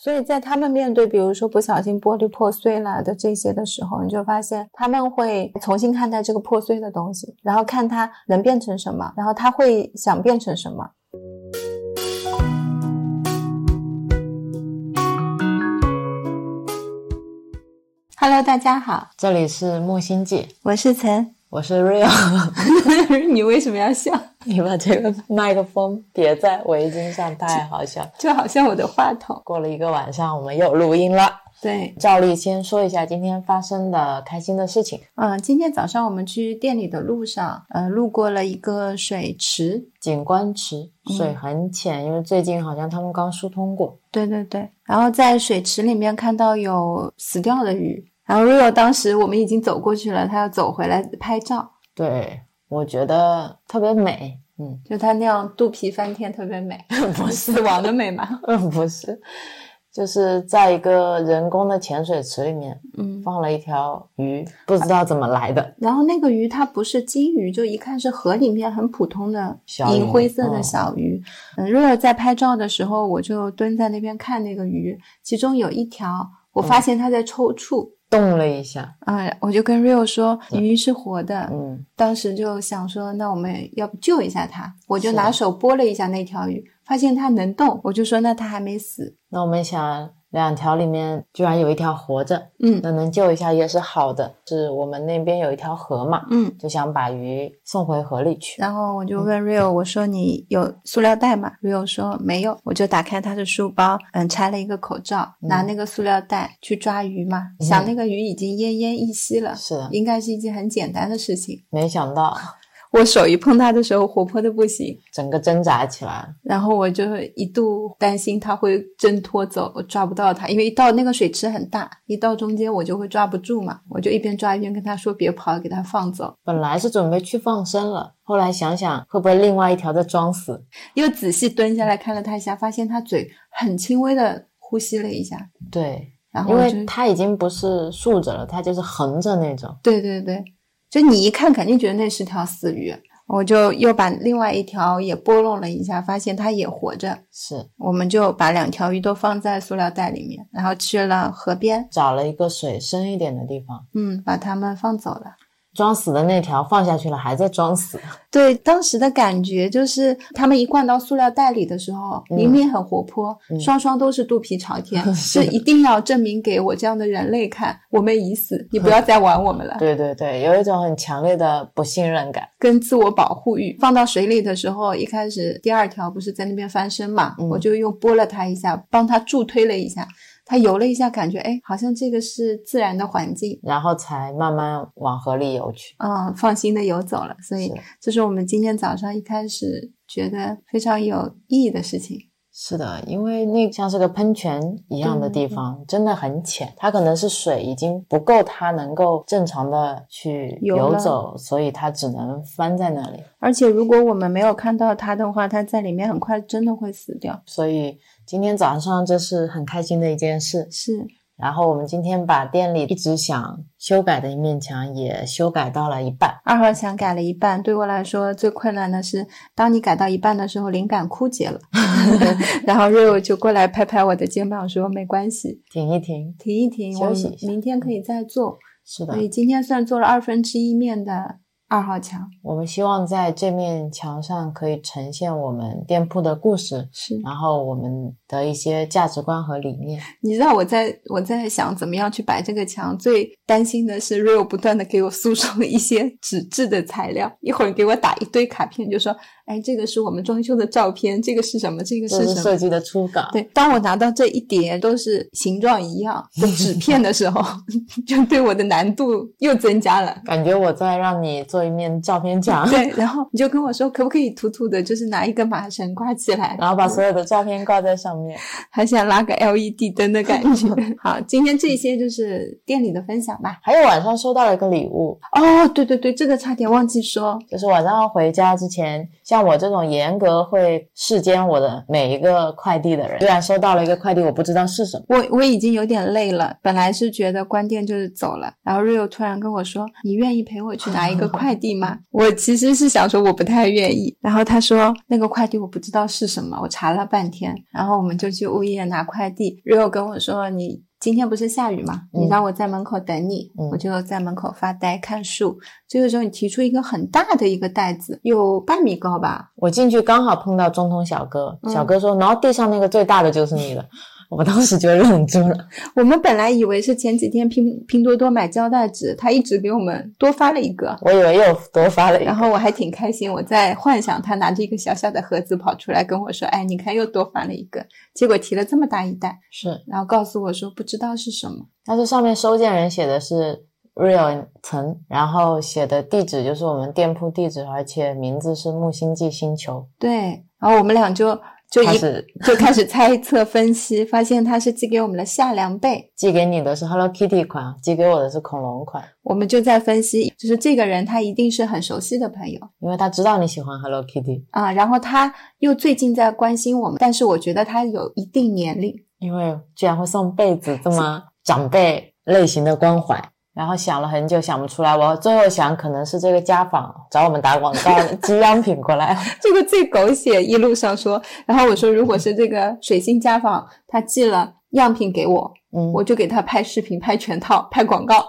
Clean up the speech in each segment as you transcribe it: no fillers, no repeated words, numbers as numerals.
所以在他们面对比如说不小心玻璃破碎了的这些的时候，你就发现他们会重新看待这个破碎的东西，然后看它能变成什么，然后他会想变成什么。Hello， 大家好， 这里是木星记， 我是岑， 我是 Rio。 你为什么要笑？ 你把这个麦克风别在围巾上太好笑， 就好像我的话筒。 过了一个晚上我们又录音了。 对， 照例先说一下今天发生的开心的事情。 今天早上我们去店里的路上路过了一个水池， 景观池，水很浅，因为最近好像他们刚疏通过。 对对对，然后在水池里面看到有死掉的鱼，然后 Rio 当时我们已经走过去了，他要走回来拍照。 对，我觉得特别美。 就他那样肚皮翻天特别美。 不是死亡的美吗？ 不是，就是在一个人工的浅水池里面放了一条鱼，不知道怎么来的。 然后那个鱼它不是金鱼，就一看是河里面很普通的银灰色的小鱼。Rio 在拍照的时候我就蹲在那边看那个鱼，其中有一条我发现它在抽搐， 动了一下。 我就跟 Rio 说鱼是活的。当时就想说那我们要不救一下它，我就拿手拨了一下那条鱼，发现它能动，我就说那它还没死。 那我们想两条里面居然有一条活着，那能救一下也是好的。是我们那边有一条河嘛，就想把鱼送回河里去。 然后我就问 Rio 我说你有塑料袋吗？ Rio 说没有。我就打开他的书包，拆了一个口罩，拿那个塑料袋去抓鱼嘛，想那个鱼已经奄奄一息了， 是的， 应该是一件很简单的事情。 没想到我手一碰它的时候活泼的不行， 整个挣扎起来， 然后我就一度担心它会挣脱走，我抓不到它，因为一到那个水池很大，一到中间我就会抓不住嘛，我就一边抓一边跟他说别跑，给它放走。 本来是准备去放生了，后来想想会不会另外一条在装死， 又仔细蹲下来看了它一下，发现它嘴很轻微的呼吸了一下。 对， 然后因为它已经不是竖着了，它就是横着那种。 对对对，就你一看肯定觉得那是条死鱼，我就又把另外一条也拨弄了一下，发现它也活着。 是， 我们就把两条鱼都放在塑料袋里面，然后去了河边， 找了一个水深一点的地方， 把它们放走了。 装死的那条放下去了，还在装死。 对，当时的感觉就是他们一灌到塑料袋里的时候，明明很活泼，双双都是肚皮朝天，是一定要证明给我这样的人类看，我们已死，你不要再玩我们了。 对对对，有一种很强烈的不信任感跟自我保护欲。放到水里的时候，一开始第二条不是在那边翻身嘛，我就又拨了它一下，帮它助推了一下，它游了一下，感觉好像这个是自然的环境， 然后才慢慢往河里游去。 放心的游走了。所以这是我们今天早上一开始觉得非常有意义的事情。 是的，因为那像是个喷泉一样的地方，真的很浅，它可能是水已经不够它能够正常的去游走，所以它只能翻在那里。 而且如果我们没有看到它的话，它在里面很快真的会死掉。 所以今天早上这是很开心的一件事。 是。 然后我们今天把店里一直想修改的一面墙也修改到了一半 ，2号墙改了一半。对我来说最困难的是当你改到一半的时候灵感枯竭了然后 Rio 就过来拍拍我的肩膀说没关系， 停一停休息一下，我明天可以再做。 是的， 所以今天算做了1/2面的2号墙。我们希望在这面墙上可以呈现我们店铺的故事， 是， 然后我们的一些价值观和理念。 你知道我在想怎么样去摆这个墙，最担心的是 Rio 不断的给我输送一些纸质的材料，一会儿给我打一堆卡片，就说这个是我们装修的照片，这个是什么，这个是什么， 这是设计的初稿。 对，当我拿到这一叠都是形状一样的纸片的时候就对我的难度又增加了， 感觉我在让你做一面照片墙。 对，然后你就跟我说可不可以土土的就是拿一根麻绳挂起来， 然后把所有的照片挂在上面， 还想拉个 LED 灯的感觉好，今天这些就是店里的分享吧。 还有晚上收到了一个礼物。 对对对，这个差点忘记说， 就是晚上回家之前，像我这种严格会视奸我的每一个快递的人，虽然收到了一个快递我不知道是什么， 我已经有点累了，本来是觉得关店就是走了，然后 Rio 突然跟我说你愿意陪我去拿一个快快递吗？我其实是想说我不太愿意，然后他说那个快递我不知道是什么，我查了半天，然后我们就去物业拿快递。Rio 跟我说你今天不是下雨吗？你让我在门口等你，我就在门口发呆看树。这个时候你提出一个很大的一个袋子，有半米高吧。 我进去刚好碰到中通小哥，小哥说然后地上那个最大的就是你的。我当时就愣住了。 我们本来以为是前几天拼多多买胶带纸，他一直给我们多发了一个， 我以为又多发了一个， 然后我还挺开心，我在幻想他拿着一个小小的盒子跑出来跟我说，哎，你看又多发了一个，结果提了这么大一袋， 是， 然后告诉我说不知道是什么， 但是上面收件人写的是 Real 陈，然后写的地址就是我们店铺地址，而且名字是木星记星球。 对，然后我们俩就开始猜测分析，发现他是寄给我们的夏凉被， 寄给你的是 Hello Kitty 款，寄给我的是恐龙款。 我们就在分析，就是这个人他一定是很熟悉的朋友， 因为他知道你喜欢 Hello Kitty 啊，然后他又最近在关心我们，但是我觉得他有一定年龄， 因为居然会送被子这么长辈类型的关怀。然后想了很久想不出来，我最后想可能是这个家访找我们打广告寄样品过来。 这个最狗血，一路上说，然后我说如果是这个水星家访他寄了样品给我，我就给他拍视频拍全套拍广告。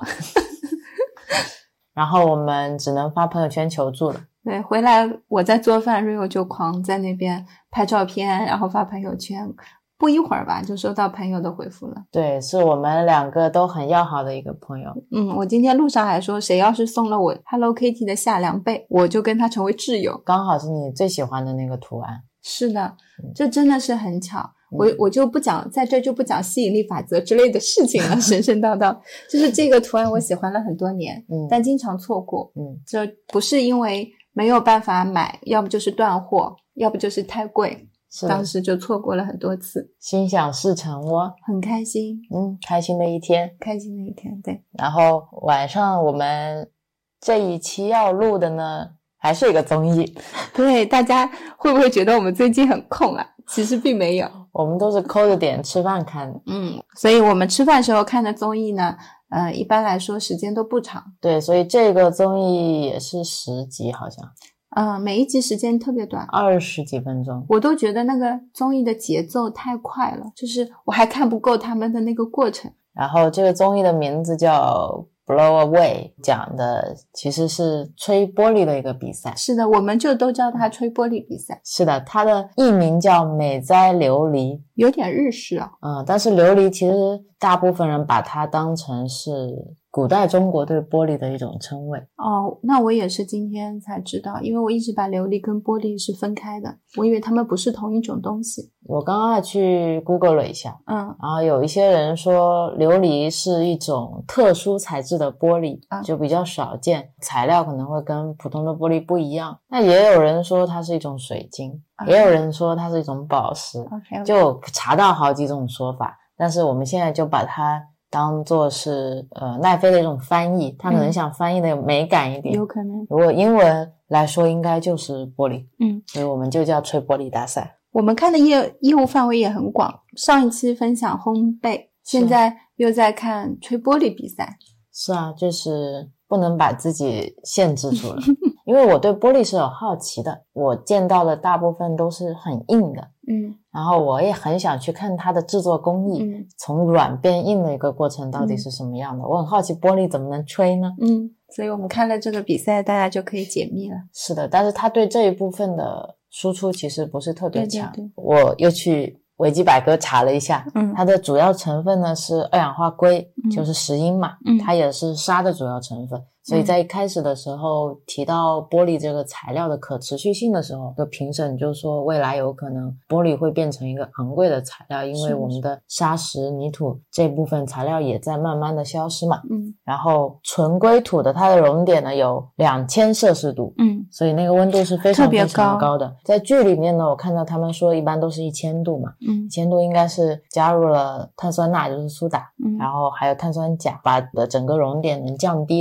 然后我们只能发朋友圈求助了。 对，回来我在做饭， Rio 就狂在那边拍照片然后发朋友圈，不一会儿吧就收到朋友的回复了。 对，是我们两个都很要好的一个朋友。 我今天路上还说谁要是送了我 Hello Kitty 的夏凉被，我就跟他成为挚友， 刚好是你最喜欢的那个图案。 是的，这真的是很巧。我就不讲，在这就不讲吸引力法则之类的事情了，神神叨叨。就是这个图案我喜欢了很多年，但经常错过。这不是因为没有办法买，要不就是断货，要不就是太贵，当时就错过了很多次。 心想事成哦， 很开心。 开心的一天， 开心的一天，对。 然后晚上我们这一期要录的呢还是一个综艺。 对，大家会不会觉得我们最近很空啊？其实并没有， 我们都是抠着点吃饭看的。 所以我们吃饭时候看的综艺呢，一般来说时间都不长。 对，所以这个综艺也是10集好像。 每一集时间特别短 ，20几分钟。 我都觉得那个综艺的节奏太快了，就是我还看不够他们的那个过程。 然后这个综艺的名字叫Blow Away， 讲的其实是吹玻璃的一个比赛。 是的，我们就都叫它吹玻璃比赛。 是的，它的艺名叫美哉琉璃， 有点日式啊。 但是琉璃其实大部分人把它当成是古代中国对玻璃的一种称谓。 那我也是今天才知道，因为我一直把琉璃跟玻璃是分开的，我以为它们不是同一种东西。 我刚刚还去 Google 了一下，然后有一些人说琉璃是一种特殊材质的玻璃，就比较少见，材料可能会跟普通的玻璃不一样。那也有人说它是一种水晶，也有人说它是一种宝石，就查到好几种说法，但是我们现在就把它当作是奈飞的一种翻译，他可能想翻译的有美感一点， 有可能。 如果英文来说应该就是玻璃，所以我们就叫吹玻璃大赛。 我们看的业务范围也很广，上一期分享烘焙，现在又在看吹玻璃比赛。 是啊，就是不能把自己限制住了。因为我对玻璃是有好奇的，我见到的大部分都是很硬的，然后我也很想去看它的制作工艺，从软变硬的一个过程到底是什么样的，我很好奇玻璃怎么能吹呢？ 所以我们看了这个比赛，大家就可以解密了。 是的，但是它对这一部分的输出其实不是特别强。 对， 我又去维基百科查了一下，它的主要成分呢是二氧化硅，就是石英嘛，它也是砂的主要成分。所以在一开始的时候提到玻璃这个材料的可持续性的时候，这个评审就说未来有可能玻璃会变成一个昂贵的材料，因为我们的砂石泥土这部分材料也在慢慢的消失嘛。然后纯硅土的它的熔点呢有2000摄氏度，所以那个温度是非常非常高的。在剧里面呢，我看到他们说一般都是1000度嘛，1000度应该是加入了碳酸钠，就是苏打，然后还有碳酸钾，把的整个熔点能降低，但是他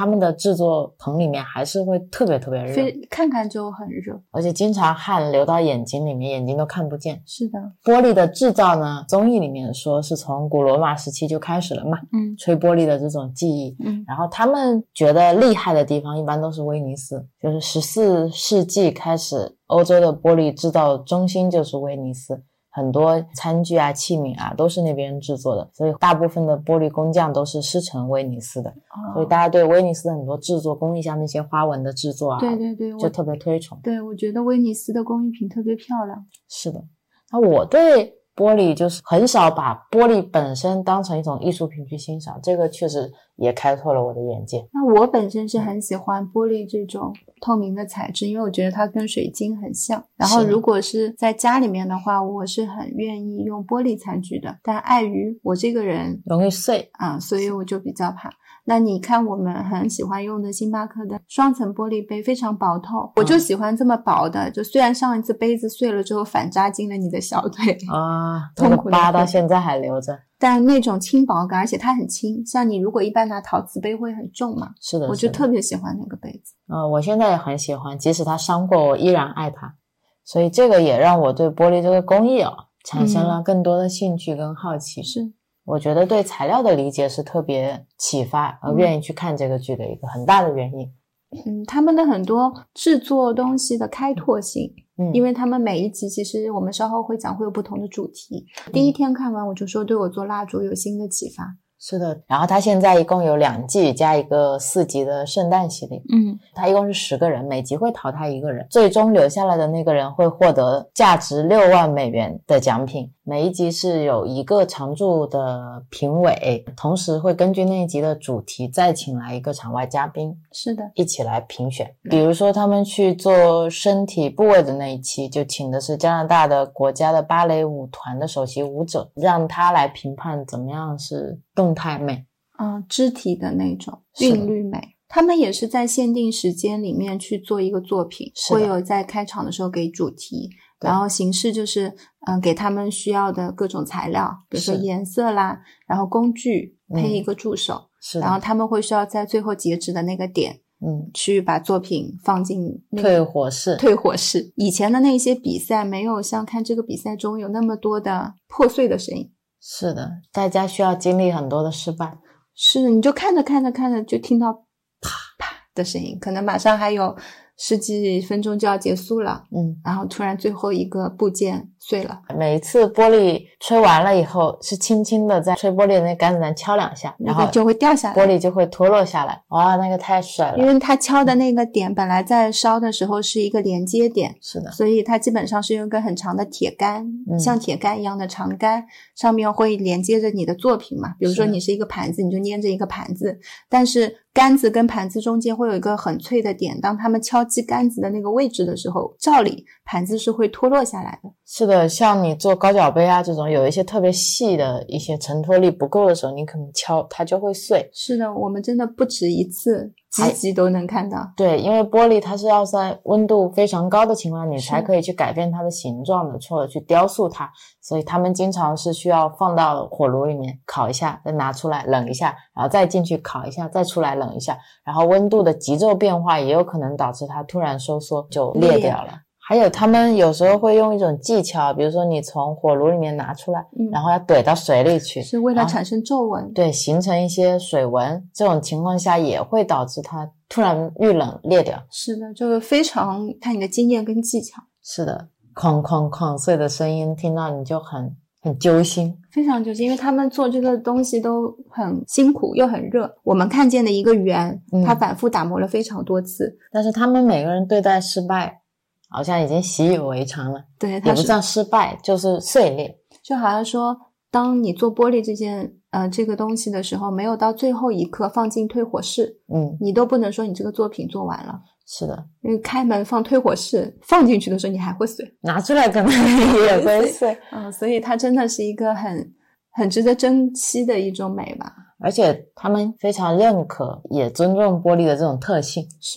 他们的制作棚里面还是会特别特别热， 看看就很热， 而且经常汗流到眼睛里面，眼睛都看不见。 是的。 玻璃的制造呢，综艺里面说是从古罗马时期就开始了嘛，吹玻璃的这种技艺，然后他们觉得厉害的地方一般都是威尼斯，就是14世纪开始欧洲的玻璃制造中心就是威尼斯，很多餐具啊器皿啊都是那边制作的，所以大部分的玻璃工匠都是师承威尼斯的，所以大家对威尼斯的很多制作工艺，像那些花纹的制作啊， 对对对， 就特别推崇。 对，我觉得威尼斯的工艺品特别漂亮。 是的，那我对玻璃就是很少把玻璃本身当成一种艺术品去欣赏，这个确实也开拓了我的眼界。 那我本身是很喜欢玻璃这种透明的材质，因为我觉得它跟水晶很像，然后如果是在家里面的话，我是很愿意用玻璃餐具的，但碍于我这个人容易碎所以我就比较怕。那你看我们很喜欢用的星巴克的双层玻璃杯，非常薄透，我就喜欢这么薄的，就虽然上一次杯子碎了之后反扎进了你的小腿那个疤到现在还留着， 但那种轻薄感，而且它很轻，像你如果一般拿陶瓷杯会很重嘛， 是的， 我就特别喜欢那个杯子。 我现在也很喜欢，即使它伤过我依然爱它，所以这个也让我对玻璃这个工艺产生了更多的兴趣跟好奇。 是， 我觉得对材料的理解是特别启发而愿意去看这个剧的一个很大的原因。 他们的很多制作东西的开拓性，因为他们每一集其实我们稍后会讲会有不同的主题。第一天看完我就说对我做蜡烛有新的启发。 是的，然后它现在一共有2季加一个4集的圣诞系列，它一共是10个人，每集会淘汰1个人，最终留下来的那个人会获得价值6万美元的奖品。每一集是有1个常驻的评委，同时会根据那一集的主题再请来1个场外嘉宾， 是的， 一起来评选。比如说他们去做身体部位的那一期，就请的是加拿大的国家的芭蕾舞团的首席舞者，让他来评判怎么样是动态美， 肢体的那种韵律美。他们也是在限定时间里面去做一个作品，会有在开场的时候给主题，然后形式就是给他们需要的各种材料，比如说颜色啦，然后工具配一个助手，然后他们会需要在最后截止的那个点去把作品放进退火室。 以前的那些比赛没有像看这个比赛中有那么多的破碎的声音。 是的，大家需要经历很多的失败。 是，你就看着就听到啪啪的声音，可能马上还有10几分钟就要结束了，然后突然最后一个部件碎了。 每一次玻璃吹完了以后，是轻轻的在吹玻璃的那杆子上敲2下，然后就会掉下来， 玻璃就会脱落下来。哇，那个太帅了！ 因为它敲的那个点本来在烧的时候是一个连接点， 是的， 所以它基本上是用一个很长的铁杆，像铁杆一样的长杆，上面会连接着你的作品嘛。比如说你是一个盘子，你就粘着一个盘子，但是杆子跟盘子中间会有一个很脆的点，当他们敲击杆子的那个位置的时候，照理盘子是会脱落下来的。 是的，像你做高脚杯啊这种有一些特别细的一些承托力不够的时候，你可能敲它就会碎。 是的，我们真的不止一次几集都能看到。 对，因为玻璃它是要在温度非常高的情况下你才可以去改变它的形状的，或者去雕塑它，所以他们经常是需要放到火炉里面烤一下，再拿出来冷一下，然后再进去烤一下，再出来冷一下，然后温度的急骤变化也有可能导致它突然收缩就裂掉了。还有他们有时候会用一种技巧，比如说你从火炉里面拿出来，然后要怼到水里去， 是为了产生皱纹， 对，形成一些水纹，这种情况下也会导致它突然遇冷裂掉。 是的，这个非常看你的经验跟技巧。 是的，哐哐哐碎的声音听到你就很揪心， 非常揪心，因为他们做这个东西都很辛苦又很热。我们看见的一个圆，它反复打磨了非常多次， 但是他们每个人对待失败好像已经习以为常了。 对， 也不叫失败，就是碎裂。 就好像说当你做玻璃这个东西的时候，没有到最后一刻放进退火室，你都不能说你这个作品做完了。 是的， 因为开门放退火室放进去的时候你还会碎， 拿出来可能也会碎。 所以它真的是一个很值得珍惜的一种美吧。 而且他们非常认可也尊重玻璃的这种特性。 是的，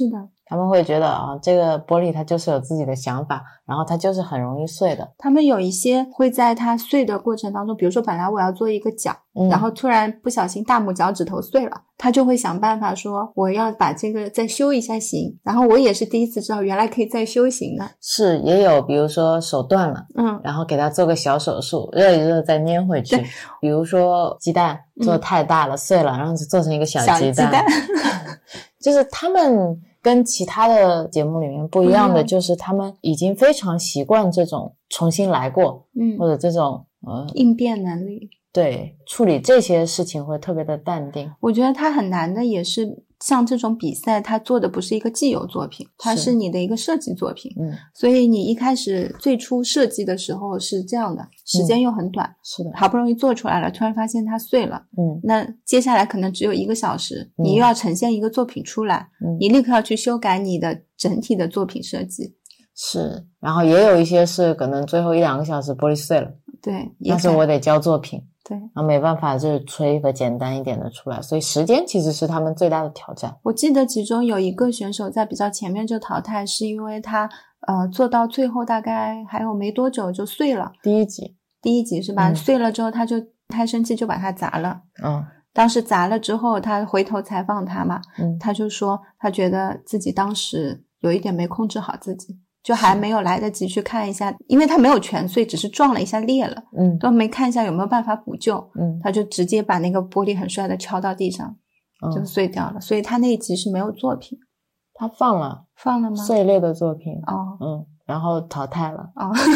他们会觉得这个玻璃它就是有自己的想法，然后它就是很容易碎的。 他们有一些会在它碎的过程当中，比如说本来我要做一个脚，然后突然不小心大拇脚趾头碎了，他就会想办法说我要把这个再修一下形。然后我也是第一次知道原来可以再修形的。 是，也有比如说手断了，然后给他做个小手术，热一热再粘回去。比如说鸡蛋做得太大了，碎了，然后就做成一个小鸡蛋。就是他们跟其他的节目里面不一样的，就是他们已经非常习惯这种重新来过，或者这种应变能力。 对，处理这些事情会特别的淡定。 我觉得他很难的也是像这种比赛，他做的不是一个既有作品，它是你的一个设计作品。所以你一开始最初设计的时候是这样的，时间又很短， 是的， 好不容易做出来了，突然发现它碎了，那接下来可能只有1个小时，你又要呈现一个作品出来，你立刻要去修改你的整体的作品设计。 是，然后也有一些是可能最后1-2个小时玻璃碎了， 对， 但是我得交作品， 对， 然后没办法就是吹一个简单一点的出来，所以时间其实是他们最大的挑战。 我记得其中有一个选手在比较前面就淘汰，是因为他做到最后大概还有没多久就碎了。第一集是吧？碎了之后他就太生气，就把它砸了。当时砸了之后他回头采访他嘛，他就说他觉得自己当时有一点没控制好自己，就还没有来得及去看一下，因为他没有全碎，只是撞了一下裂了，都没看一下有没有办法补救，他就直接把那个玻璃很帅的敲到地上，就碎掉了。所以他那一集是没有作品。 他放了吗？ 碎裂的作品。然后淘汰了。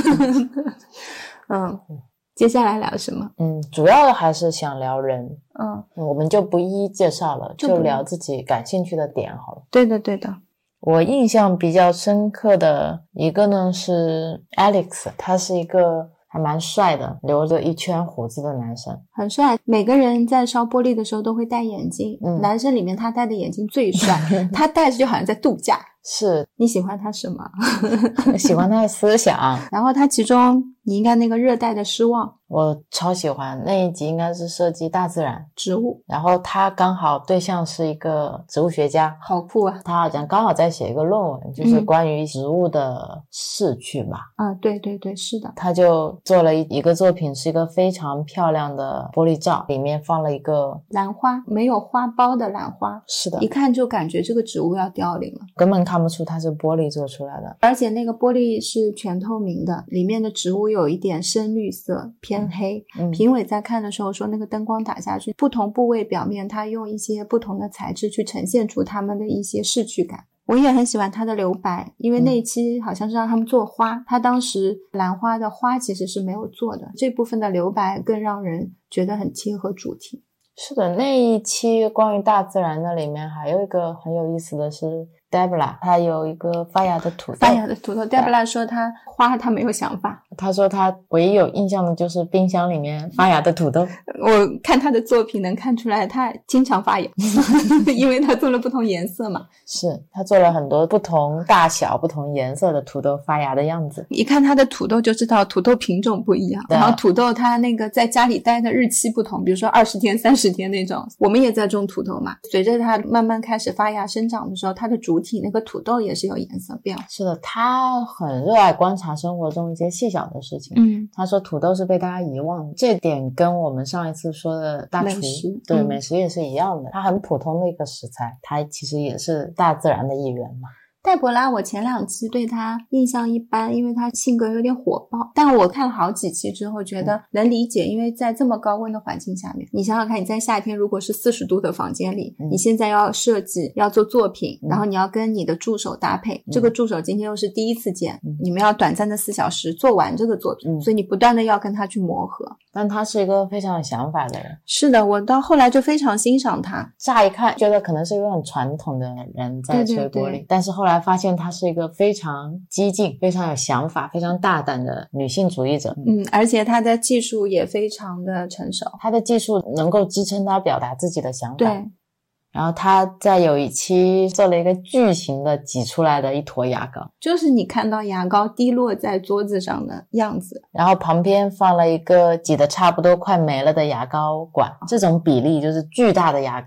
接下来聊什么？ 主要还是想聊人。我们就不一一介绍了，就聊自己感兴趣的点好了。 对的。 我印象比较深刻的一个呢是 Alex， 他是一个还蛮帅的，留着一圈胡子的男生， 很帅。每个人在烧玻璃的时候都会戴眼镜，男生里面他戴的眼镜最帅，他戴着就好像在度假。 是， 你喜欢他什么？ 喜欢他的思想。 然后他其中你应该那个热带的失望， 我超喜欢。那一集应该是设计大自然植物， 然后他刚好对象是一个植物学家， 好酷啊。 他好像刚好在写一个论文，就是关于植物的逝去吧。 对，是的。 他就做了一个作品，是一个非常漂亮的玻璃罩，里面放了一个兰花，没有花苞的兰花。 是的， 一看就感觉这个植物要凋零了， 根本看不出它是玻璃做出来的。 而且那个玻璃是全透明的，里面的植物有一点深绿色，偏黑。评委在看的时候说，那个灯光打下去，不同部位表面它用一些不同的材质去呈现出它们的一些逝去感。我也很喜欢它的留白，因为那一期好像是让他们做花，他当时兰花的花其实是没有做的，这部分的留白更让人觉得很贴合主题。 是的，那一期关于大自然的里面还有一个很有意思的是 Debra， 她有一个发芽的土豆。Debra 说她花她没有想法， 她说她唯一有印象的就是冰箱里面发芽的土豆。 我看她的作品能看出来她经常发芽因为她做了不同颜色嘛。 是，她做了很多不同大小不同颜色的土豆发芽的样子， 一看她的土豆就知道土豆品种不一样，然后土豆它那个在家里待的日期不同，比如说20天30天那种。我们也在种土豆嘛，随着它慢慢开始发芽生长的时候，它的主体那个土豆也是有颜色变化。 是的，他很热爱观察生活中一些细小的事情。他说土豆是被大家遗忘的，这点跟我们上一次说的大厨对美食也是一样的。它很普通的一个食材，它其实也是大自然的一员嘛。 黛博拉我前2期对他印象一般，因为他性格有点火爆，但我看了好几期之后觉得能理解，因为在这么高温的环境下面，你想想看，你在夏天如果是40度的房间里，你现在要设计要做作品，然后你要跟你的助手搭配，这个助手今天又是第一次见，你们要短暂的4小时做完这个作品，所以你不断的要跟他去磨合。 但他是一个非常有想法的人。 是的，我到后来就非常欣赏他。 乍一看觉得可能是一个很传统的人在吹玻璃，但是后来发现他是一个非常激进非常有想法非常大胆的女性主义者。 而且他的技术也非常的成熟， 他的技术能够支撑他表达自己的想法。 对， 然后他在有一期做了一个巨型的挤出来的一坨牙膏， 就是你看到牙膏滴落在桌子上的样子， 然后旁边放了一个挤得差不多快没了的牙膏管，这种比例就是巨大的牙膏，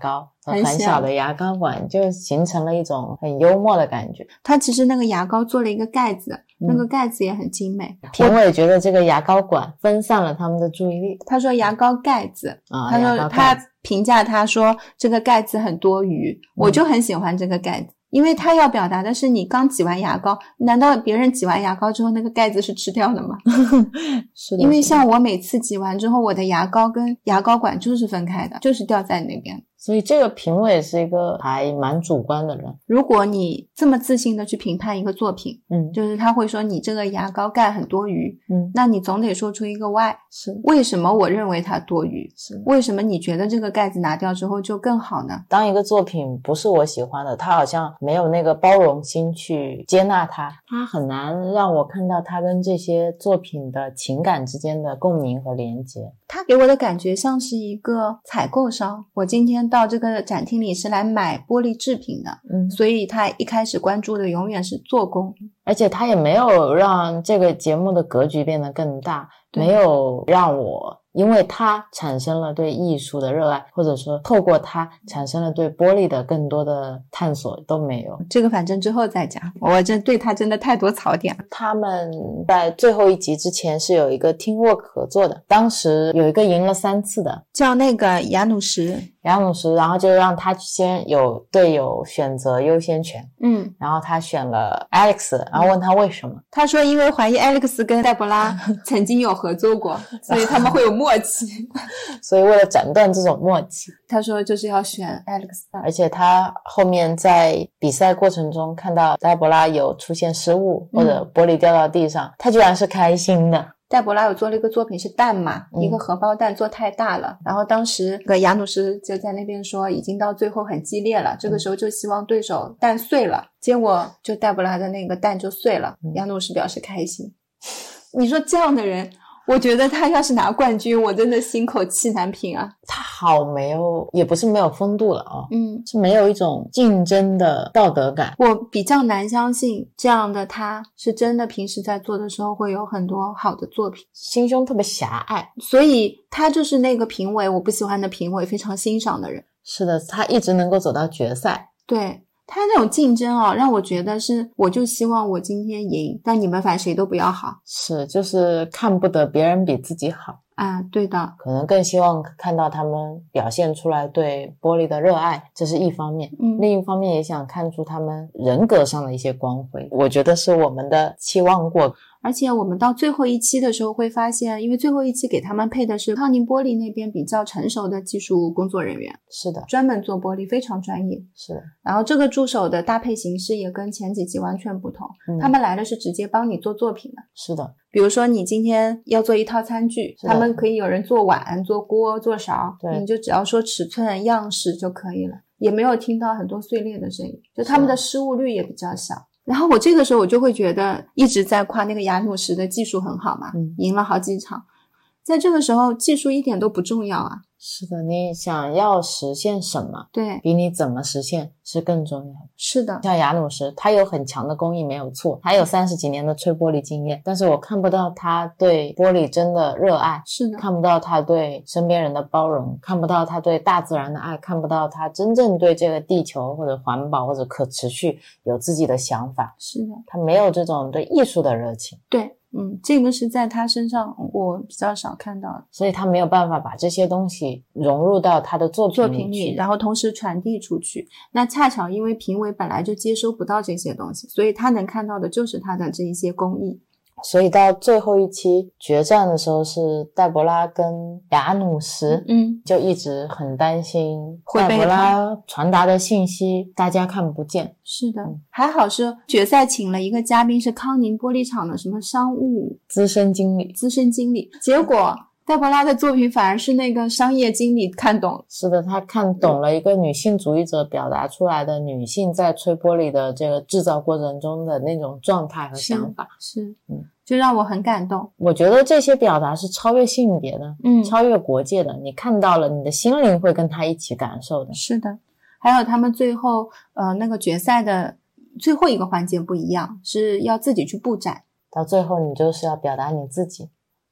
很小的牙膏管，就形成了一种很幽默的感觉。 它其实那个牙膏做了一个盖子，那个盖子也很精美。 评委觉得这个牙膏管分散了他们的注意力。 他说牙膏盖子，他说他评价他说这个盖子很多余，我就很喜欢这个盖子。因为他要表达的是你刚挤完牙膏，难道别人挤完牙膏之后那个盖子是吃掉的吗？ 是的， 因为像我每次挤完之后，我的牙膏跟牙膏管就是分开的，就是掉在那边。 所以这个评委是一个还蛮主观的人。 如果你这么自信的去评判一个作品，就是他会说你这个牙膏盖很多余，那你总得说出一个 why， 是为什么我认为它多余， 是为什么你觉得这个盖子拿掉之后就更好呢？ 当一个作品不是我喜欢的，他好像没有那个包容心去接纳它，他很难让我看到他跟这些作品的情感之间的共鸣和连接。 他给我的感觉像是一个采购商，我今天到这个展厅里是来买玻璃制品的，所以他一开始关注的永远是做工， 而且他也没有让这个节目的格局变得更大，没有让我因为他产生了对艺术的热爱，或者说透过他产生了对玻璃的更多的探索，都没有。 这个反正之后再讲，我这对他真的太多槽点了。 他们在最后一集之前是有一个 teamwork 合作的，当时有一个赢了3次的， 叫那个雅努什， 然后就让他先有队友选择优先权，然后他选了 Alex， 然后问他为什么， 他说因为怀疑 Alex 跟黛博拉曾经有合作过，所以他们会有默契， 所以为了斩断这种默契， 他说就是要选 Alex。 而且他后面在比赛过程中看到黛博拉有出现失误或者玻璃掉到地上，他居然是开心的。 黛博拉有做了一个作品是蛋嘛，一个荷包蛋做太大了，然后当时个雅努什就在那边说已经到最后很激烈了，这个时候就希望对手蛋碎了，结果就黛博拉的那个蛋就碎了，雅努什表示开心。你说这样的人，我觉得他要是拿冠军，我真的心口气难平啊。 他好没有，也不是没有风度了哦，是没有一种竞争的道德感。 我比较难相信这样的他是真的平时在做的时候会有很多好的作品， 心胸特别狭隘， 所以他就是那个评委，我不喜欢的评委非常欣赏的人。 是的，他一直能够走到决赛。 对，他那种竞争啊，让我觉得是我就希望我今天赢，但你们反正谁都不要好。 是，就是看不得别人比自己好啊，对的， 可能更希望看到他们表现出来对玻璃的热爱，这是一方面，另一方面也想看出他们人格上的一些光辉，我觉得是我们的期望过。 而且我们到最后一期的时候会发现，因为最后一期给他们配的是康宁玻璃那边比较成熟的技术工作人员， 是的， 专门做玻璃，非常专业， 是的。 然后这个助手的搭配形式也跟前几期完全不同，他们来的是直接帮你做作品的。 是的， 比如说你今天要做一套餐具，他们可以有人做碗、做锅、做勺，你就只要说尺寸、样式就可以了，也没有听到很多碎裂的声音，就他们的失误率也比较小。然后我这个时候我就会觉得一直在夸那个雅努什的技术很好嘛，赢了好几场，在这个时候技术一点都不重要啊。 是的，你想要实现什么， 对， 比你怎么实现是更重要的。 是的， 像雅努什，他有很强的工艺没有错，他有30几年的吹玻璃经验，但是我看不到他对玻璃真的热爱， 是的， 看不到他对身边人的包容，看不到他对大自然的爱，看不到他真正对这个地球或者环保或者可持续有自己的想法。 是的， 他没有这种对艺术的热情。 对，这个是在他身上我比较少看到的， 所以他没有办法把这些东西融入到他的作品里， 然后同时传递出去。那恰巧因为评委本来就接收不到这些东西，所以他能看到的就是他的这一些工艺。 所以到最后一期决战的时候，是黛博拉跟雅努什，就一直很担心黛博拉传达的信息大家看不见。 是的，还好是决赛请了一个嘉宾是康宁玻璃厂的什么商务资深经理， 结果黛博拉的作品反而是那个商业经理看懂了。 是的，他看懂了一个女性主义者表达出来的女性在吹玻璃的这个制造过程中的那种状态和想法。 是就让我很感动。 我觉得这些表达是超越性别的，超越国界的，你看到了，你的心灵会跟他一起感受的。 是的，还有他们最后那个决赛的最后一个环节不一样，是要自己去布展， 到最后你就是要表达你自己。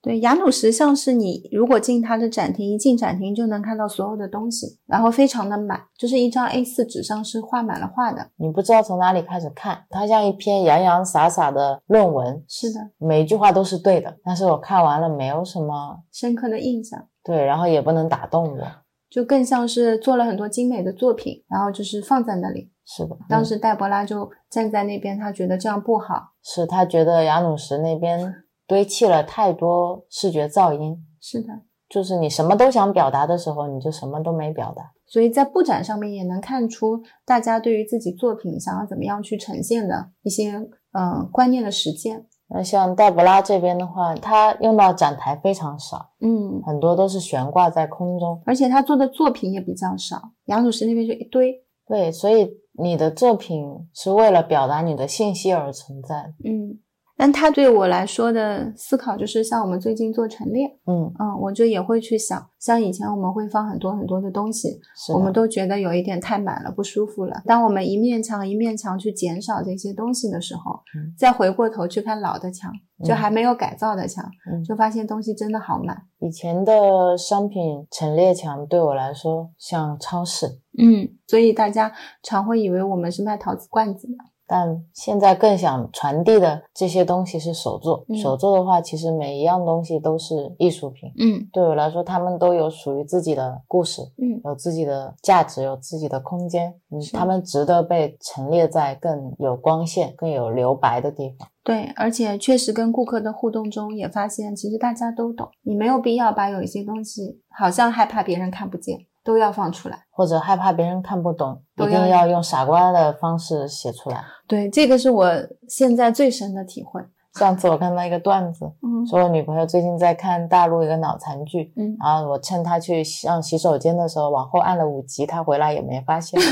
对，雅努什像是你如果进它的展厅，一进展厅就能看到所有的东西，然后非常的满，就是一张 A4 纸上是画满了画的， 你不知道从哪里开始看，它像一篇洋洋洒洒的论文。 是的， 每一句话都是对的，但是我看完了没有什么深刻的印象。 对，然后也不能打动我， 就更像是做了很多精美的作品，然后就是放在那里。 是的， 当时黛博拉就站在那边，他觉得这样不好， 是他觉得雅努什那边堆砌了太多视觉噪音。 是的， 就是你什么都想表达的时候，你就什么都没表达。 所以在布展上面也能看出大家对于自己作品想要怎么样去呈现的一些观念的实践。 那像黛博拉这边的话，他用到展台非常少，很多都是悬挂在空中， 而且他做的作品也比较少，雅努什那边就一堆。 对，所以你的作品是为了表达你的信息而存在的。 但他对我来说的思考就是像我们最近做陈列，我就也会去想，像以前我们会放很多很多的东西，我们都觉得有一点太满了，不舒服了。当我们一面墙一面墙去减少这些东西的时候，再回过头去看老的墙，就还没有改造的墙，就发现东西真的好满。 以前的商品陈列墙对我来说像超市， 所以大家常会以为我们是卖陶瓷罐子的。 但现在更想传递的这些东西是手作，手作的话其实每一样东西都是艺术品，对我来说他们都有属于自己的故事，有自己的价值，有自己的空间，他们值得被陈列在更有光线更有留白的地方。 对，而且确实跟顾客的互动中也发现其实大家都懂，你没有必要把有一些东西好像害怕别人看不见都要放出来， 或者害怕别人看不懂一定要用傻瓜的方式写出来。 对，这个是我现在最深的体会。 上次我看到一个段子，说我女朋友最近在看大陆一个脑残剧，然后我趁她去上洗手间的时候往后按了5集，她回来也没发现。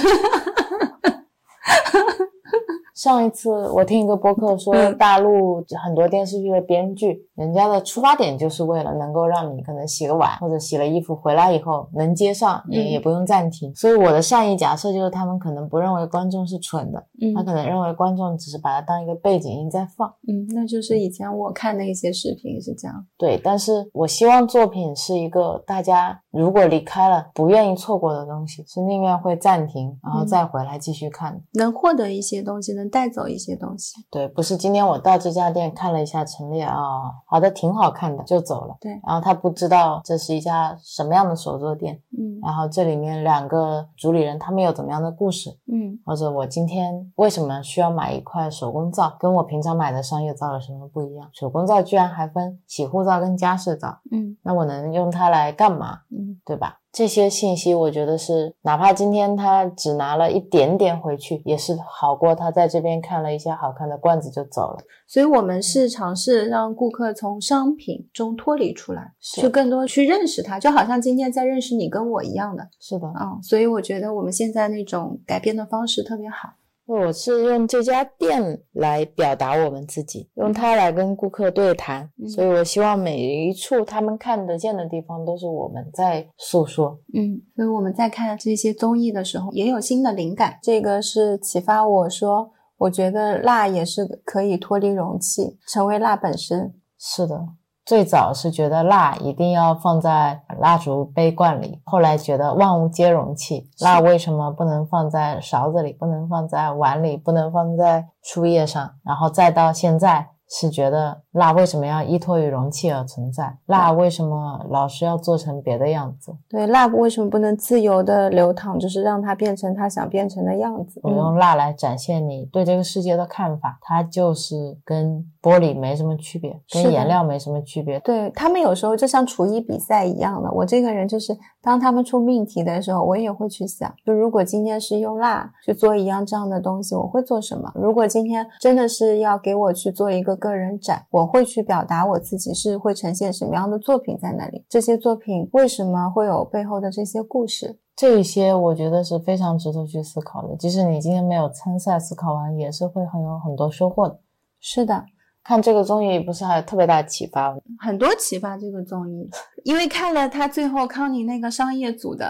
上一次我听一个播客说，大陆很多电视剧的编剧，人家的出发点就是为了能够让你可能洗个碗或者洗了衣服回来以后能接上，也不用暂停。所以我的善意假设就是他们可能不认为观众是蠢的，他可能认为观众只是把它当一个背景音在放。 那就是以前我看的一些视频是这样。 对，但是我希望作品是一个大家如果离开了不愿意错过的东西，是宁愿会暂停然后再回来继续看， 能获得一些东西，能带走一些东西。 对，不是今天我到这家店看了一下陈列好的挺好看的就走了。 对， 然后他不知道这是一家什么样的手作店，然后这里面2个主理人他们有怎么样的故事，或者我今天为什么需要买一块手工皂，跟我平常买的商业皂有什么不一样，手工皂居然还分洗护皂跟家饰皂，那我能用它来干嘛，对吧？这些信息我觉得是哪怕今天他只拿了一点点回去，也是好过他在这边看了一些好看的罐子就走了。 所以我们是尝试让顾客从商品中脱离出来，去更多去认识它，就好像今天在认识你跟我一样的。 是的， 所以我觉得我们现在那种改变的方式特别好。 我是用这家店来表达我们自己，用它来跟顾客对谈，所以我希望每一处他们看得见的地方都是我们在诉说。 所以我们在看这些综艺的时候也有新的灵感，这个是启发我说我觉得蜡也是可以脱离容器成为蜡本身。 是的，最早是觉得蜡一定要放在蜡烛杯罐里，后来觉得万物皆容器，蜡为什么不能放在勺子里，不能放在碗里，不能放在树叶上，然后再到现在是觉得蜡为什么要依托于容器而存在，蜡为什么老是要做成别的样子， 对，蜡为什么不能自由的流淌，就是让它变成它想变成的样子。 我用蜡来展现你对这个世界的看法，它就是跟玻璃没什么区别，跟颜料没什么区别。 对，他们有时候就像厨艺比赛一样的，我这个人就是当他们出命题的时候我也会去想，就如果今天是用蜡去做一样这样的东西我会做什么，如果今天真的是要给我去做一个个人展，我会去表达我自己是会呈现什么样的作品在那里，这些作品为什么会有背后的这些故事， 这一些我觉得是非常值得去思考的，即使你今天没有参赛，思考完也是会有很多收获的。 是的， 看这个综艺不是还有特别大的启发吗？ 很多启发这个综艺，因为看了他最后康宁那个商业组的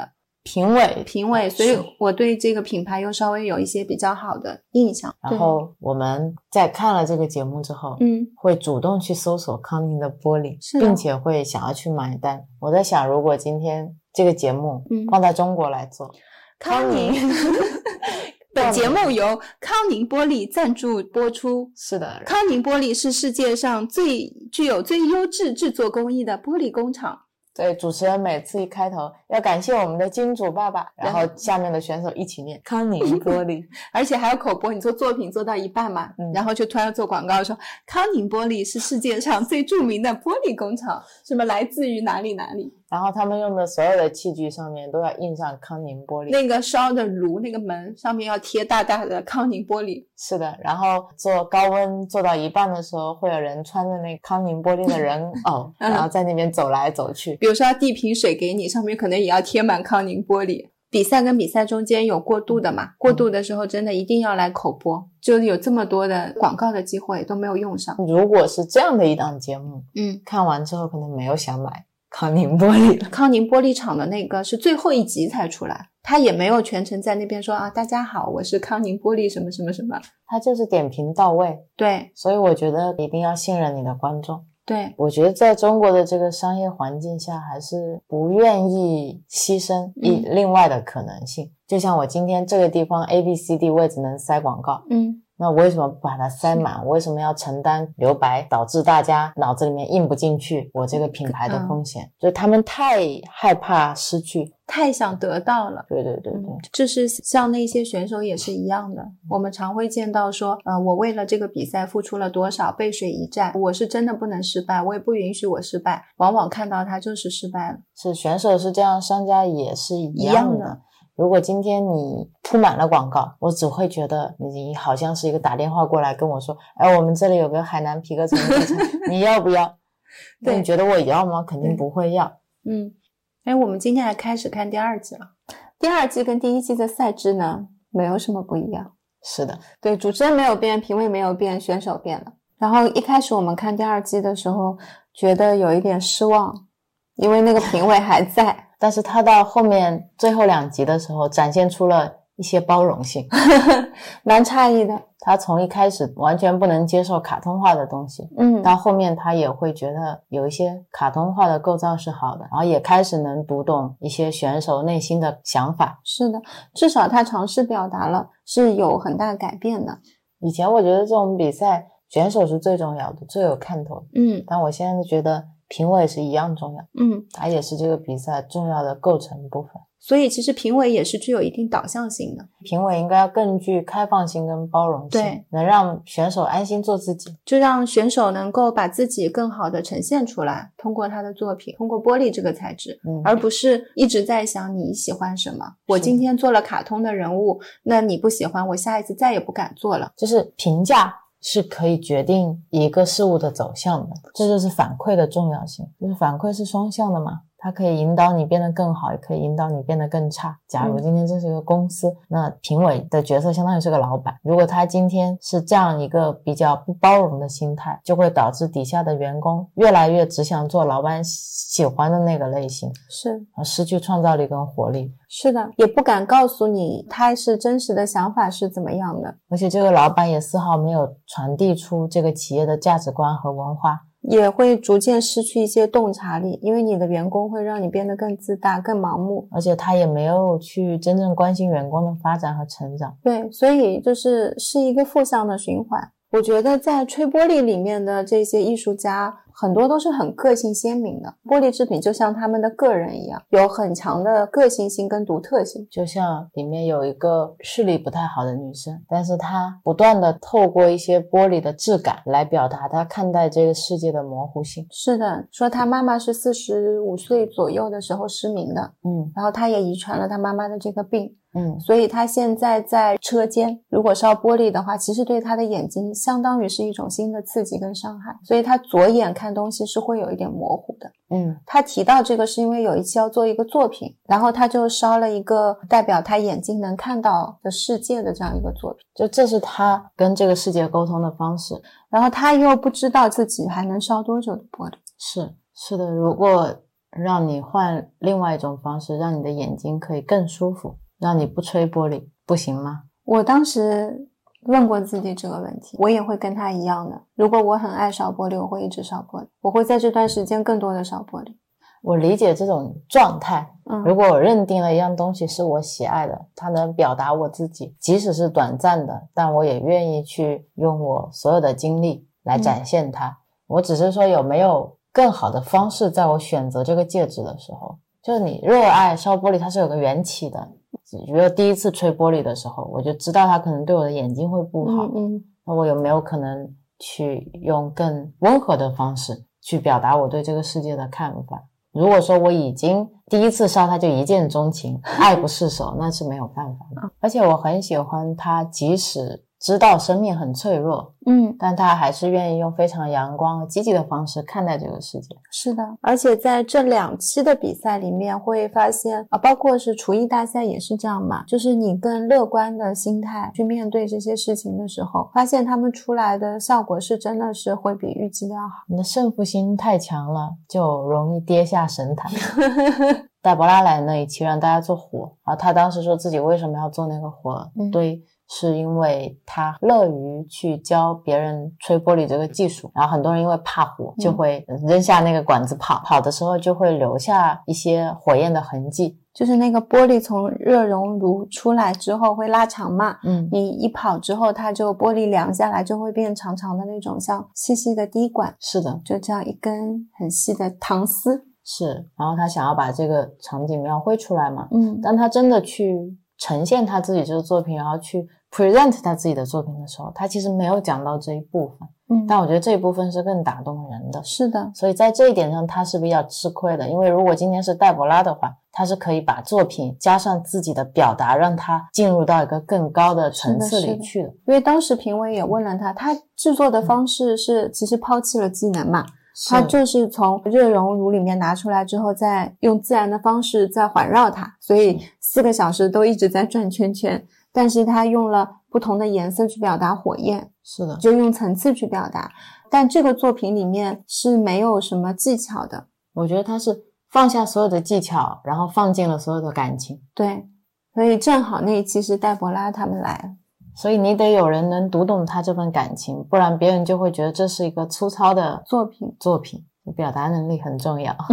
评委， 所以我对这个品牌又稍微有一些比较好的印象。 然后我们在看了这个节目之后，会主动去搜索康宁的玻璃，并且会想要去买单。我在想，如果今天这个节目放在中国来做， 康宁本节目由康宁玻璃赞助播出。 是的， 康宁玻璃是世界上具有最优质制作工艺的玻璃工厂。 对，主持人每次一开头要感谢我们的金主爸爸，然后下面的选手一起念康宁玻璃而且还有口播，你做作品做到一半嘛，然后就突然做广告说康宁玻璃是世界上最著名的玻璃工厂，什么来自于哪里哪里， 然后他们用的所有的器具上面都要印上康宁玻璃， 那个烧的炉那个门上面要贴大大的康宁玻璃。 是的，然后做高温做到一半的时候，会有人穿着那康宁玻璃的人偶然后在那边走来走去， 比如说要递瓶水给你，上面可能也要贴满康宁玻璃。比赛跟比赛中间有过渡的嘛，过渡的时候真的一定要来口播，就有这么多的广告的机会都没有用上。 如果是这样的一档节目，看完之后可能没有想买康宁玻璃了。 康宁玻璃厂的那个是最后一集才出来，他也没有全程在那边说啊，大家好，我是康宁玻璃什么什么什么， 他就是点评到位。 对， 所以我觉得一定要信任你的观众。 对， 我觉得在中国的这个商业环境下，还是不愿意牺牲另外的可能性。就像我今天这个地方 ABCD 位置能塞广告，那我为什么不把它塞满？我为什么要承担留白，导致大家脑子里面印不进去我这个品牌的风险？就他们太害怕失去， 太想得到了。 对， 就是像那些选手也是一样的，我们常会见到说我为了这个比赛付出了多少，背水一战，我是真的不能失败，我也不允许我失败，往往看到他就是失败了。 是，选手是这样，商家也是一样的。如果今天你铺满了广告，我只会觉得你好像是一个打电话过来跟我说，哎，我们这里有个海南皮革城地产你要不要？那你觉得我要吗？肯定不会要。 我们今天还开始看第二季了。第二季跟第一季的赛制呢没有什么不一样。 是的， 对，主持人没有变，评委没有变，选手变了。然后一开始我们看第二季的时候觉得有一点失望，因为那个评委还在但是他到后面最后2集的时候展现出了一些包容性蛮诧异的。 他从一开始完全不能接受卡通化的东西，到后面他也会觉得有一些卡通化的构造是好的，然后也开始能读懂一些选手内心的想法。 是的，至少他尝试表达了，是有很大改变的。 以前我觉得这种比赛选手是最重要的，最有看头的，但我现在觉得评委是一样重要，它也是这个比赛重要的构成部分。 所以其实评委也是具有一定导向性的， 评委应该要更具开放性跟包容性， 对， 能让选手安心做自己， 就让选手能够把自己更好的呈现出来，通过他的作品，通过玻璃这个材质，而不是一直在想你喜欢什么，我今天做了卡通的人物，那你不喜欢，我下一次再也不敢做了。 就是评价是可以决定一个事物的走向的，这就是反馈的重要性，就是反馈是双向的嘛，它可以引导你变得更好，也可以引导你变得更差。假如今天这是一个公司，那评委的角色相当于是个老板，如果他今天是这样一个比较不包容的心态，就会导致底下的员工越来越只想做老板喜欢的那个类型， 是失去创造力跟活力。 是的，也不敢告诉你他是真实的想法是怎么样的， 而且这个老板也丝毫没有传递出这个企业的价值观和文化， 也会逐渐失去一些洞察力，因为你的员工会让你变得更自大更盲目， 而且他也没有去真正关心员工的发展和成长。 对，所以是一个负向的循环。我觉得在吹玻璃里面的这些艺术家很多都是很个性鲜明的，玻璃制品就像他们的个人一样，有很强的个性性跟独特性。 就像里面有一个视力不太好的女生，但是她不断的透过一些玻璃的质感来表达她看待这个世界的模糊性。 是的，说她妈妈是45岁左右的时候失明的，然后她也遗传了她妈妈的这个病，所以他现在在车间如果烧玻璃的话，其实对他的眼睛相当于是一种新的刺激跟伤害，所以他左眼看东西是会有一点模糊的。他提到这个是因为有一期要做一个作品，然后他就烧了一个代表他眼睛能看到的世界的这样一个作品， 就这是他跟这个世界沟通的方式， 然后他又不知道自己还能烧多久的玻璃。 是的，如果让你换另外一种方式，让你的眼睛可以更舒服，让你不吹玻璃，不行吗？ 我当时问过自己这个问题，我也会跟他一样的。如果我很爱烧玻璃，我会一直烧玻璃，我会在这段时间更多的烧玻璃。 我理解这种状态，如果我认定了一样东西是我喜爱的，它能表达我自己，即使是短暂的，但我也愿意去用我所有的精力来展现它。我只是说有没有更好的方式，在我选择这个戒指的时候，就是你热爱烧玻璃，它是有个缘起的。比如第一次吹玻璃的时候，我就知道它可能对我的眼睛会不好，那我有没有可能去用更温和的方式去表达我对这个世界的看法？如果说我已经第一次烧它就一见钟情，爱不释手，那是没有办法的。而且我很喜欢他，即使知道生命很脆弱，但他还是愿意用非常阳光和积极的方式看待这个世界。 是的，而且在这2期的比赛里面会发现包括是厨艺大赛也是这样嘛，就是你更乐观的心态去面对这些事情的时候，发现他们出来的效果是真的是会比预期的要好。 你的胜负心太强了，就容易跌下神坛。黛博拉来那一期让大家做火，然后他当时说自己为什么要做那个火堆，是因为他乐于去教别人吹玻璃这个技术，然后很多人因为怕火就会扔下那个管子跑的时候就会留下一些火焰的痕迹， 就是那个玻璃从热熔炉出来之后会拉长嘛，你一跑之后它就玻璃凉下来就会变长长的那种像细细的滴管， 是的， 就这样一根很细的糖丝， 是，然后他想要把这个场景描绘出来嘛，当他真的去呈现他自己这个作品，然后去 present 他自己的作品的时候，他其实没有讲到这一部分，但我觉得这一部分是更打动人的。 是的， 所以在这一点上他是比较吃亏的，因为如果今天是黛博拉的话，他是可以把作品加上自己的表达，让他进入到一个更高的层次里去的。 因为当时评委也问了他，他制作的方式是其实抛弃了技能嘛，它就是从热熔炉里面拿出来之后再用自然的方式再环绕它，所以4个小时都一直在转圈圈，但是它用了不同的颜色去表达火焰， 是的， 就用层次去表达，但这个作品里面是没有什么技巧的。 我觉得它是放下所有的技巧，然后放进了所有的感情。 对，所以正好那一期是黛博拉他们来了， 所以你得有人能读懂他这份感情，不然别人就会觉得这是一个粗糙的作品，表达能力很重要。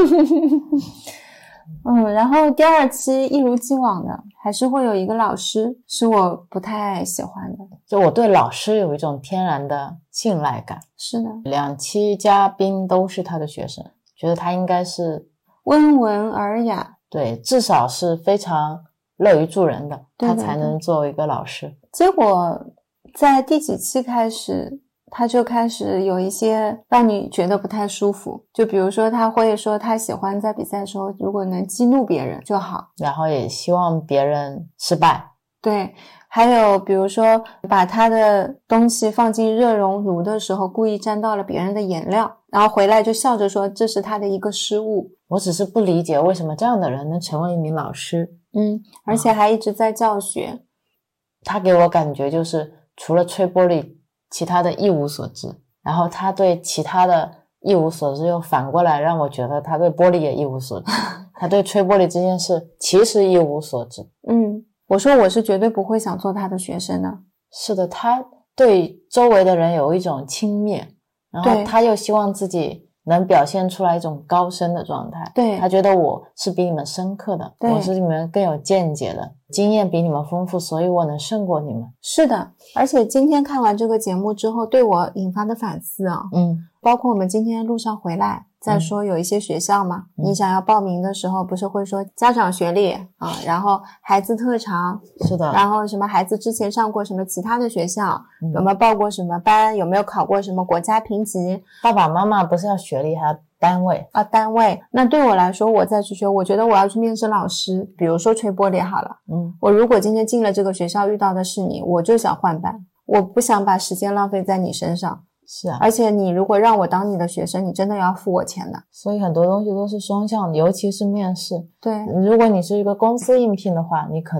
然后第2期一如既往的还是会有一个老师是我不太喜欢的， 就我对老师有一种天然的信赖感。 是的 ，2期嘉宾都是他的学生，觉得他应该是温文尔雅， 对，至少是非常乐于助人的， 对对对， 他才能作为一个老师。 结果在第几期开始他就开始有一些让你觉得不太舒服，就比如说他会说他喜欢在比赛的时候如果能激怒别人就好， 然后也希望别人失败。 对，还有比如说把他的东西放进热熔炉的时候故意沾到了别人的颜料，然后回来就笑着说这是他的一个失误。 我只是不理解为什么这样的人能成为一名老师， 而且还一直在教学。 他给我感觉就是除了吹玻璃其他的一无所知，然后他对其他的一无所知又反过来让我觉得他对玻璃也一无所知。他对吹玻璃这件事其实一无所知。 我说我是绝对不会想做他的学生的。 是的，他对周围的人有一种轻蔑，然后他又希望自己能表现出来一种高深的状态。 对， 他觉得我是比你们深刻的，我是比你们更有见解的，经验比你们丰富，所以我能胜过你们。 是的，而且今天看完这个节目之后对我引发的反思包括我们今天路上回来再说有一些学校嘛，你想要报名的时候不是会说家长学历然后孩子特长， 是的， 然后什么孩子之前上过什么其他的学校，有没有报过什么班，有没有考过什么国家评级。 爸爸妈妈不是要学历还要单位单位。那对我来说我再去学，我觉得我要去面试老师，比如说吹玻璃好了，我如果今天进了这个学校遇到的是你，我就想换班，我不想把时间浪费在你身上。 是啊， 而且你如果让我当你的学生，你真的要付我钱的。 所以很多东西都是双向的，尤其是面试。 对， 如果你是一个公司应聘的话，你可能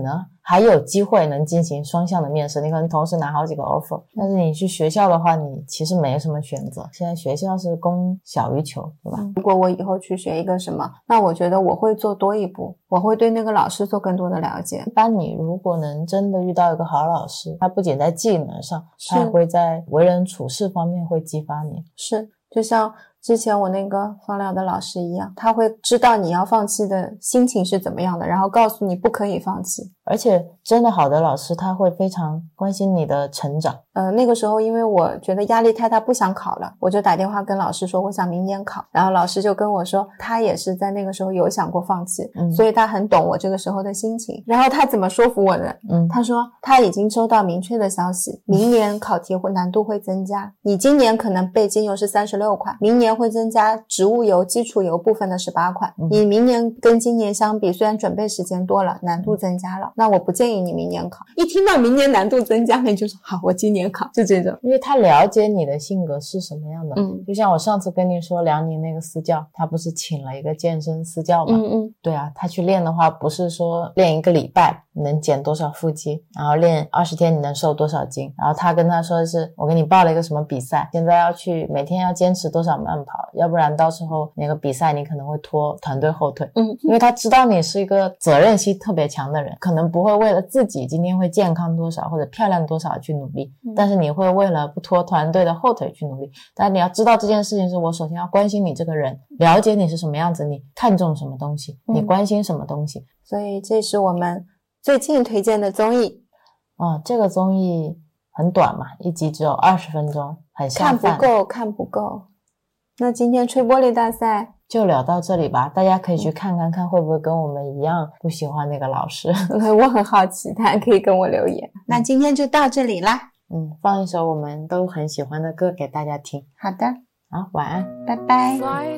还有机会能进行双向的面试，你可能同时拿好几个 offer， 但是你去学校的话你其实没什么选择，现在学校是供小于求，对吧？ 如果我以后去学一个什么，那我觉得我会做多一步，我会对那个老师做更多的了解。 一般你如果能真的遇到一个好老师，他不仅在技能上，他也会在为人处事方面会激发你。 是，就像之前我那个芳疗的老师一样，他会知道你要放弃的心情是怎么样的，然后告诉你不可以放弃。 而且真的好的老师他会非常关心你的成长。 那个时候因为我觉得压力太大不想考了，我就打电话跟老师说我想明年考，然后老师就跟我说他也是在那个时候有想过放弃，所以他很懂我这个时候的心情。然后他怎么说服我的？他说他已经收到明确的消息，明年考题难度会增加，你今年可能备精油是36块，明年会增加植物油基础油部分的18块，你明年跟今年相比虽然准备时间多了，难度增加了，那我不建议你明年考。一听到明年难度增加，你就说好，我今年考，就这种。 因为他了解你的性格是什么样的。就像我上次跟你说辽宁那个私教，他不是请了一个健身私教吗？对啊，他去练的话不是说练1个礼拜你能减多少腹肌，然后练20天你能瘦多少斤，然后他跟他说的是我给你报了一个什么比赛，现在要去每天要坚持多少慢跑，要不然到时候那个比赛你可能会拖团队后腿。因为他知道你是一个责任心特别强的人，可能不会为了自己今天会健康多少或者漂亮多少去努力，但是你会为了不拖团队的后腿去努力。但你要知道这件事情是我首先要关心你这个人，了解你是什么样子，你看重什么东西，你关心什么东西。 所以这是我们最近推荐的综艺。 这个综艺很短嘛，一集只有20分钟，很下饭， 看不够。那今天吹玻璃大赛就聊到这里吧，大家可以去看会不会跟我们一样不喜欢那个老师。 我很好奇，大家可以跟我留言。那今天就到这里啦。 放一首我们都很喜欢的歌给大家听。 好的， 好，晚安， 拜拜。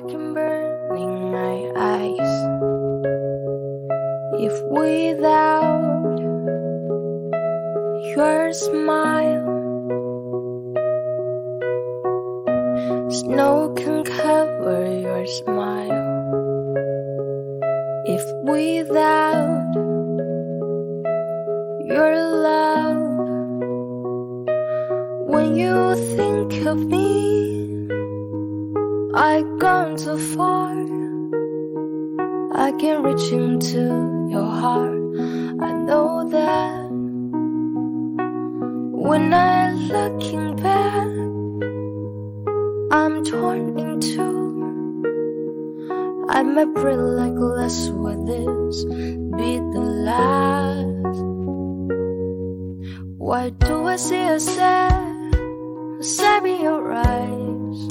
If without your smile, snow can cover your smile. If without your love, when you think of me, I've gone too far. I can reach into your heart. I know that when I'm looking back, I'm torn in two. I might breathe like glass. Will this be the last? Why do I see a sad in your eyes?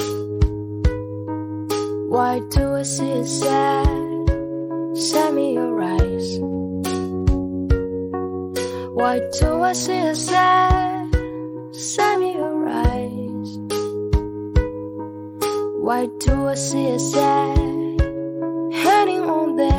Why do I see a sad in your eyes? Why do I see a sad in your eyes? Why do I see a sad hanging on there?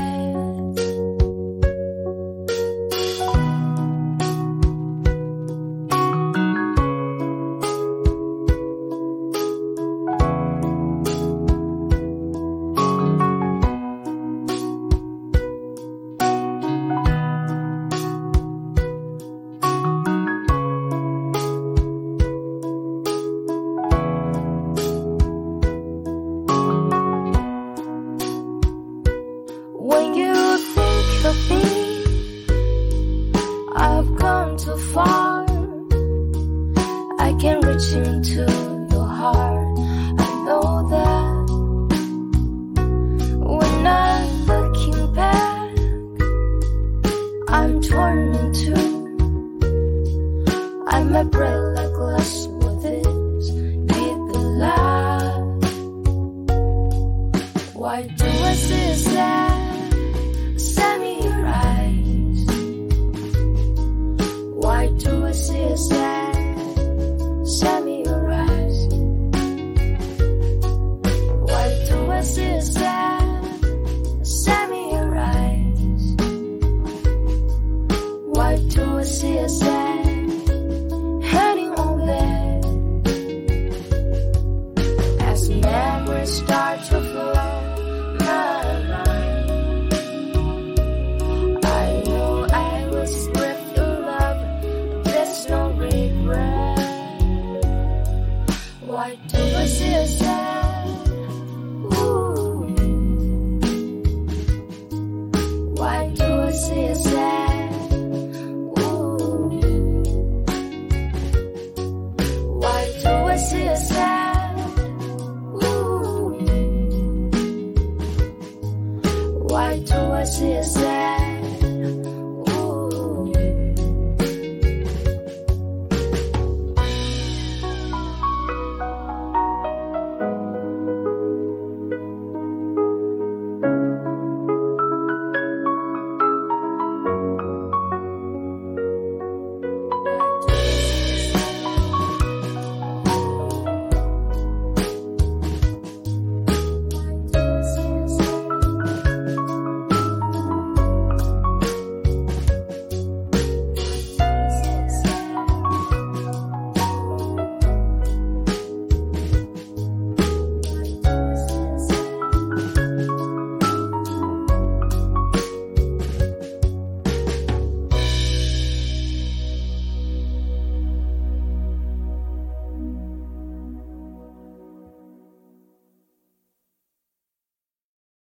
When you think of me, I've gone too far. I can reach into your heart. I know that when I'm looking back, I'm torn in two. I might break like glass. Will this be the last? Why do I see sad in your eyes? Why do I see a sad in your eyes? Why do I see a sad in your eyes? Why do I see a sad